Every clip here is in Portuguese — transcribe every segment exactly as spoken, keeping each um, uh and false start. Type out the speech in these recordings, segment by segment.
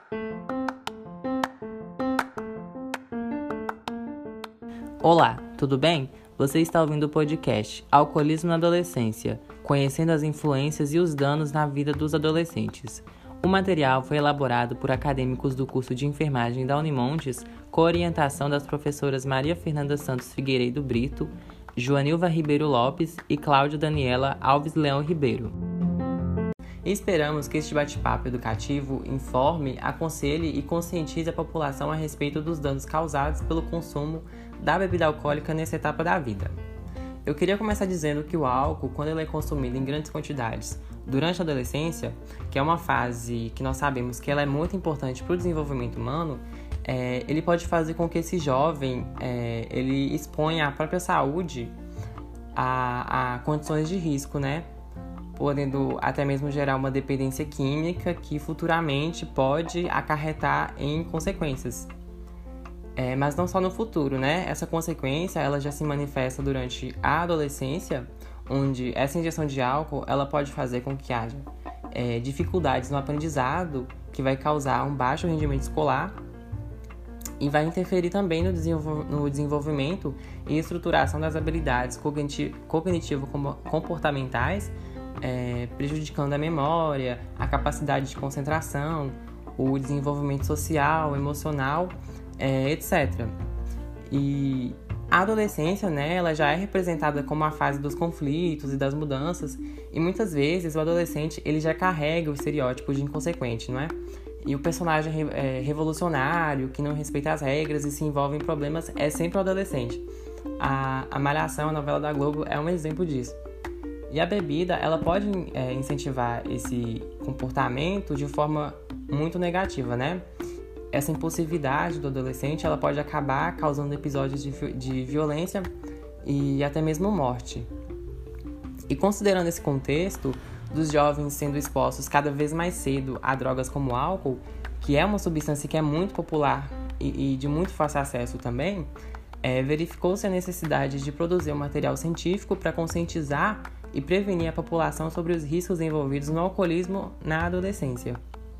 Olá, tudo bem? Você está ouvindo o podcast Alcoolismo na Adolescência, conhecendo as influências e os danos na vida dos adolescentes. O material foi elaborado por acadêmicos do curso de enfermagem da Unimontes, com orientação das professoras Maria Fernanda Santos Figueiredo Brito, Joanilva Ribeiro Lopes e Cláudia Daniela Alves Leão Ribeiro. Esperamos que este bate-papo educativo informe, aconselhe e conscientize a população a respeito dos danos causados pelo consumo da bebida alcoólica nessa etapa da vida. Eu queria começar dizendo que o álcool, quando ele é consumido em grandes quantidades durante a adolescência, que é uma fase que nós sabemos que ela é muito importante para o desenvolvimento humano, é, ele pode fazer com que esse jovem é, ele exponha a própria saúde a, a condições de risco, né? Podendo até mesmo gerar uma dependência química que futuramente pode acarretar em consequências. É, mas não só no futuro, né? Essa consequência ela já se manifesta durante a adolescência, onde essa ingestão de álcool ela pode fazer com que haja é, dificuldades no aprendizado, que vai causar um baixo rendimento escolar e vai interferir também no, desenvol- no desenvolvimento e estruturação das habilidades cogniti- cognitivo-comportamentais, É, prejudicando a memória, a capacidade de concentração, o desenvolvimento social, emocional, é, etcétera. E a adolescência, né, ela já é representada como a fase dos conflitos e das mudanças, e muitas vezes o adolescente ele já carrega o estereótipo de inconsequente, não é? E o personagem é, revolucionário, que não respeita as regras e se envolve em problemas, é sempre o adolescente. A, a Malhação, a novela da Globo, é um exemplo disso. E a bebida, ela pode é, incentivar esse comportamento de forma muito negativa, né? Essa impulsividade do adolescente, ela pode acabar causando episódios de, de violência e até mesmo morte. E considerando esse contexto dos jovens sendo expostos cada vez mais cedo a drogas como o álcool, que é uma substância que é muito popular e, e de muito fácil acesso também, é, verificou-se a necessidade de produzir um material científico para conscientizar e prevenir a população sobre os riscos envolvidos no alcoolismo na adolescência.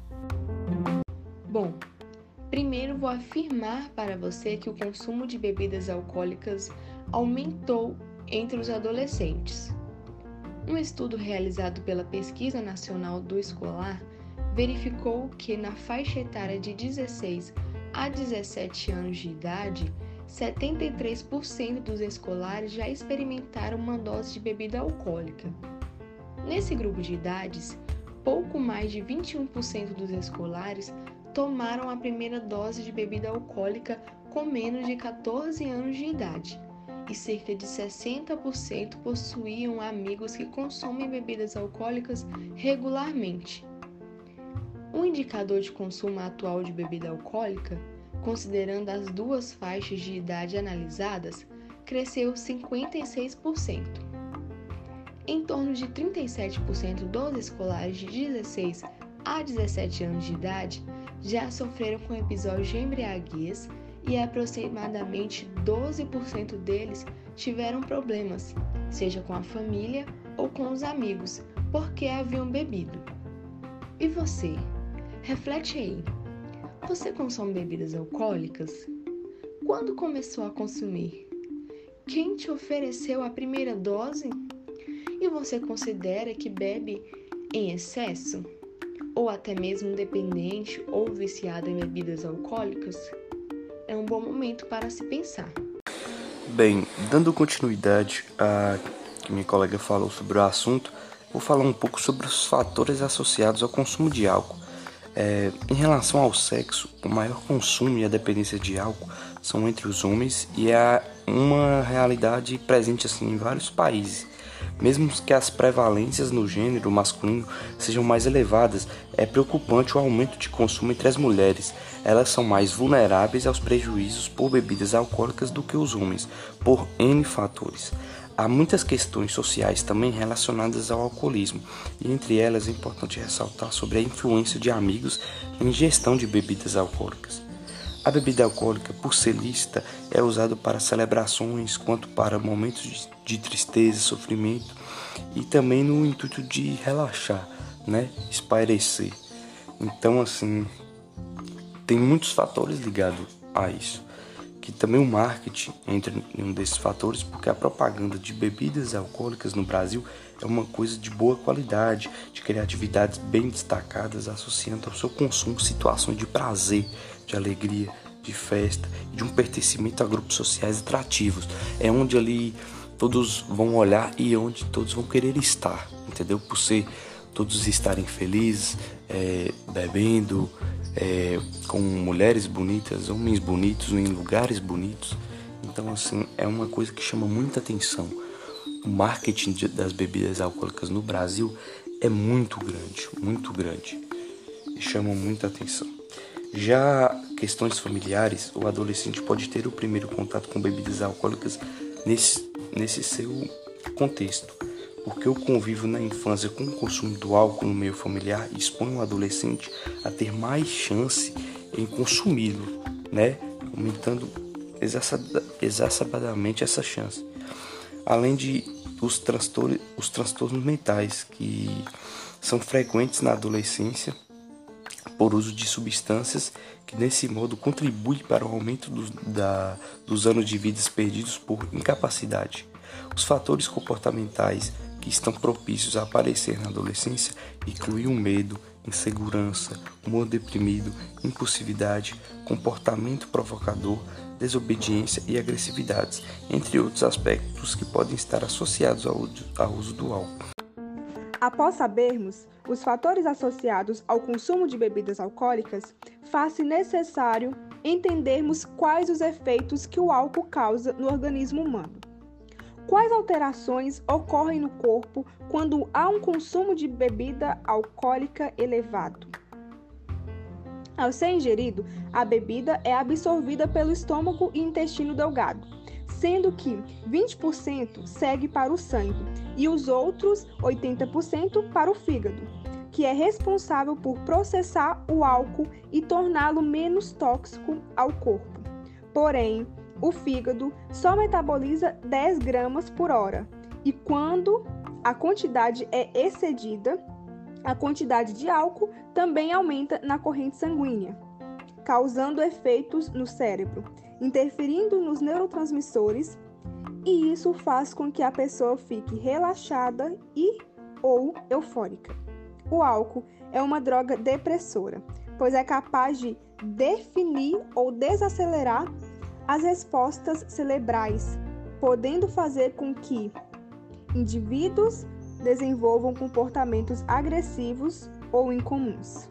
Bom, primeiro vou afirmar para você que o consumo de bebidas alcoólicas aumentou entre os adolescentes. Um estudo realizado pela Pesquisa Nacional do Escolar verificou que na faixa etária de dezesseis a dezessete anos de idade, setenta e três por cento dos escolares já experimentaram uma dose de bebida alcoólica. Nesse grupo de idades, pouco mais de vinte e um por cento dos escolares tomaram a primeira dose de bebida alcoólica com menos de catorze anos de idade, e cerca de sessenta por cento possuíam amigos que consomem bebidas alcoólicas regularmente. O indicador de consumo atual de bebida alcoólica, considerando as duas faixas de idade analisadas, cresceu cinquenta e seis por cento. Em torno de trinta e sete por cento dos escolares de dezesseis a dezessete anos de idade já sofreram com episódios de embriaguez e aproximadamente doze por cento deles tiveram problemas, seja com a família ou com os amigos, porque haviam bebido. E você? Reflete aí. Você consome bebidas alcoólicas? Quando começou a consumir? Quem te ofereceu a primeira dose? E você considera que bebe em excesso? Ou até mesmo dependente ou viciado em bebidas alcoólicas? É um bom momento para se pensar. Bem, dando continuidade a que minha colega falou sobre o assunto, vou falar um pouco sobre os fatores associados ao consumo de álcool. É, em relação ao sexo, o maior consumo e a dependência de álcool são entre os homens e é uma realidade presente assim, em vários países. Mesmo que as prevalências no gênero masculino sejam mais elevadas, é preocupante o aumento de consumo entre as mulheres. Elas são mais vulneráveis aos prejuízos por bebidas alcoólicas do que os homens, por N fatores. Há muitas questões sociais também relacionadas ao alcoolismo, e entre elas é importante ressaltar sobre a influência de amigos em ingestão de bebidas alcoólicas. A bebida alcoólica, por ser lícita, é usada para celebrações, quanto para momentos de, de tristeza, sofrimento, e também no intuito de relaxar, né, espairecer. Então, assim, tem muitos fatores ligados a isso, que também o marketing entra em um desses fatores, porque a propaganda de bebidas alcoólicas no Brasil é uma coisa de boa qualidade, de criatividades bem destacadas, associando ao seu consumo situações de prazer, de alegria, de festa, de um pertencimento a grupos sociais atrativos. É onde ali todos vão olhar e onde todos vão querer estar, entendeu? Por ser todos estarem felizes, é, bebendo, é, com mulheres bonitas, homens bonitos, em lugares bonitos. Então, assim, é uma coisa que chama muita atenção. O marketing de, das bebidas alcoólicas no Brasil é muito grande, muito grande, e chama muita atenção. Já questões familiares, o adolescente pode ter o primeiro contato com bebidas alcoólicas nesse, nesse seu contexto, porque o convívio na infância com o consumo do álcool no meio familiar expõe o adolescente a ter mais chance em consumi-lo, né? Aumentando exacerbadamente essa chance. Além de os transtornos, os transtornos mentais que são frequentes na adolescência por uso de substâncias que nesse modo contribuem para o aumento dos, da, dos anos de vida perdidos por incapacidade. Os fatores comportamentais que estão propícios a aparecer na adolescência incluem o medo, insegurança, humor deprimido, impulsividade, comportamento provocador, desobediência e agressividades, entre outros aspectos que podem estar associados ao, ao uso do álcool. Após sabermos os fatores associados ao consumo de bebidas alcoólicas, faz-se necessário entendermos quais os efeitos que o álcool causa no organismo humano. Quais alterações ocorrem no corpo quando há um consumo de bebida alcoólica elevado? Ao ser ingerido, a bebida é absorvida pelo estômago e intestino delgado, sendo que vinte por cento segue para o sangue e os outros oitenta por cento para o fígado, que é responsável por processar o álcool e torná-lo menos tóxico ao corpo. Porém, o fígado só metaboliza dez gramas por hora e quando a quantidade é excedida, a quantidade de álcool também aumenta na corrente sanguínea, causando efeitos no cérebro, interferindo nos neurotransmissores, e isso faz com que a pessoa fique relaxada e ou eufórica. O álcool é uma droga depressora, pois é capaz de definir ou desacelerar as respostas cerebrais, podendo fazer com que indivíduos desenvolvam comportamentos agressivos ou incomuns.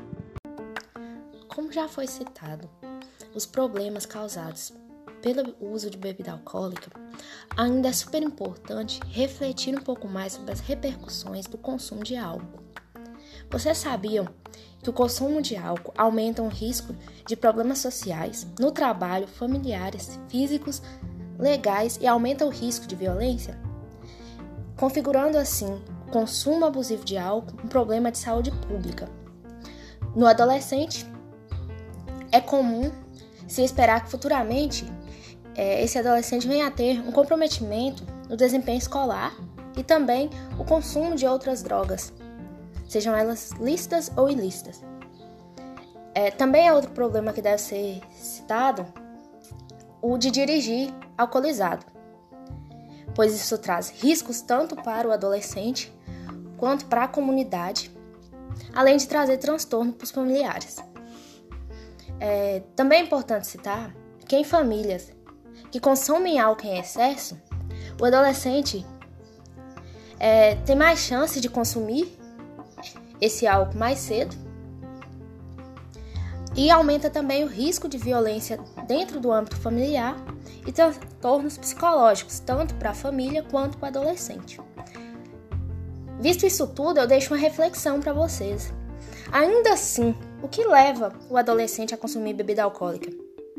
Como já foi citado, os problemas causados pelo uso de bebida alcoólica, ainda é super importante refletir um pouco mais sobre as repercussões do consumo de álcool. Vocês sabiam que o consumo de álcool aumenta o risco de problemas sociais, no trabalho, familiares, físicos, legais e aumenta o risco de violência? Configurando assim o consumo abusivo de álcool um problema de saúde pública. No adolescente, é comum se esperar que futuramente é, esse adolescente venha a ter um comprometimento no desempenho escolar e também o consumo de outras drogas, sejam elas lícitas ou ilícitas. É, também é outro problema que deve ser citado, o de dirigir alcoolizado, pois isso traz riscos tanto para o adolescente quanto para a comunidade, além de trazer transtorno para os familiares. É, também é importante citar que em famílias que consomem álcool em excesso, o adolescente é, tem mais chance de consumir esse álcool mais cedo e aumenta também o risco de violência dentro do âmbito familiar e transtornos psicológicos, tanto para a família quanto para o adolescente. Visto isso tudo, eu deixo uma reflexão para vocês. Ainda assim, o que leva o adolescente a consumir bebida alcoólica?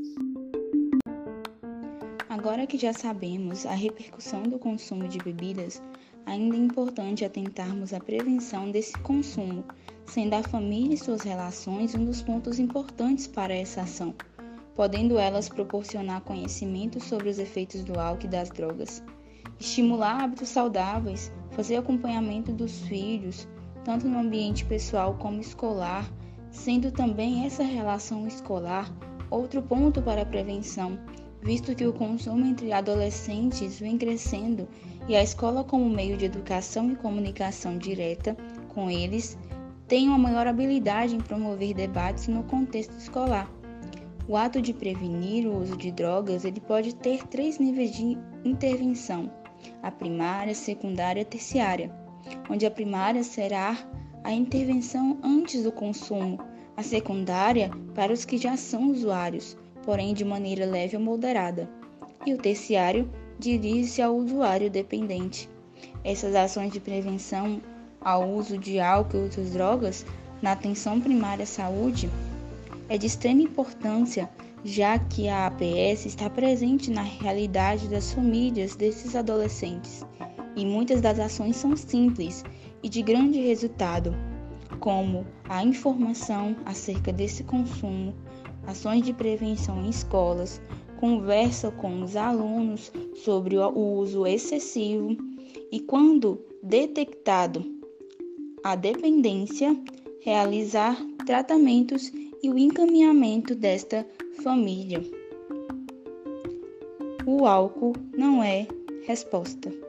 Agora que já sabemos a repercussão do consumo de bebidas, ainda é importante atentarmos à prevenção desse consumo, sendo a família e suas relações um dos pontos importantes para essa ação, podendo elas proporcionar conhecimento sobre os efeitos do álcool e das drogas, estimular hábitos saudáveis, fazer acompanhamento dos filhos, tanto no ambiente pessoal como escolar, sendo também essa relação escolar outro ponto para a prevenção, visto que o consumo entre adolescentes vem crescendo e a escola, como meio de educação e comunicação direta com eles, tem uma maior habilidade em promover debates no contexto escolar. O ato de prevenir o uso de drogas ele pode ter três níveis de intervenção: a primária, secundária e terciária, onde a primária será a intervenção antes do consumo, a secundária para os que já são usuários, porém de maneira leve ou moderada, e o terciário dirige-se ao usuário dependente. Essas ações de prevenção ao uso de álcool e outras drogas na atenção primária à saúde é de extrema importância, já que a A P S está presente na realidade das famílias desses adolescentes, e muitas das ações são simples e de grande resultado, como a informação acerca desse consumo, ações de prevenção em escolas, conversa com os alunos sobre o uso excessivo e, quando detectado a dependência, realizar tratamentos e o encaminhamento desta família. O álcool não é resposta.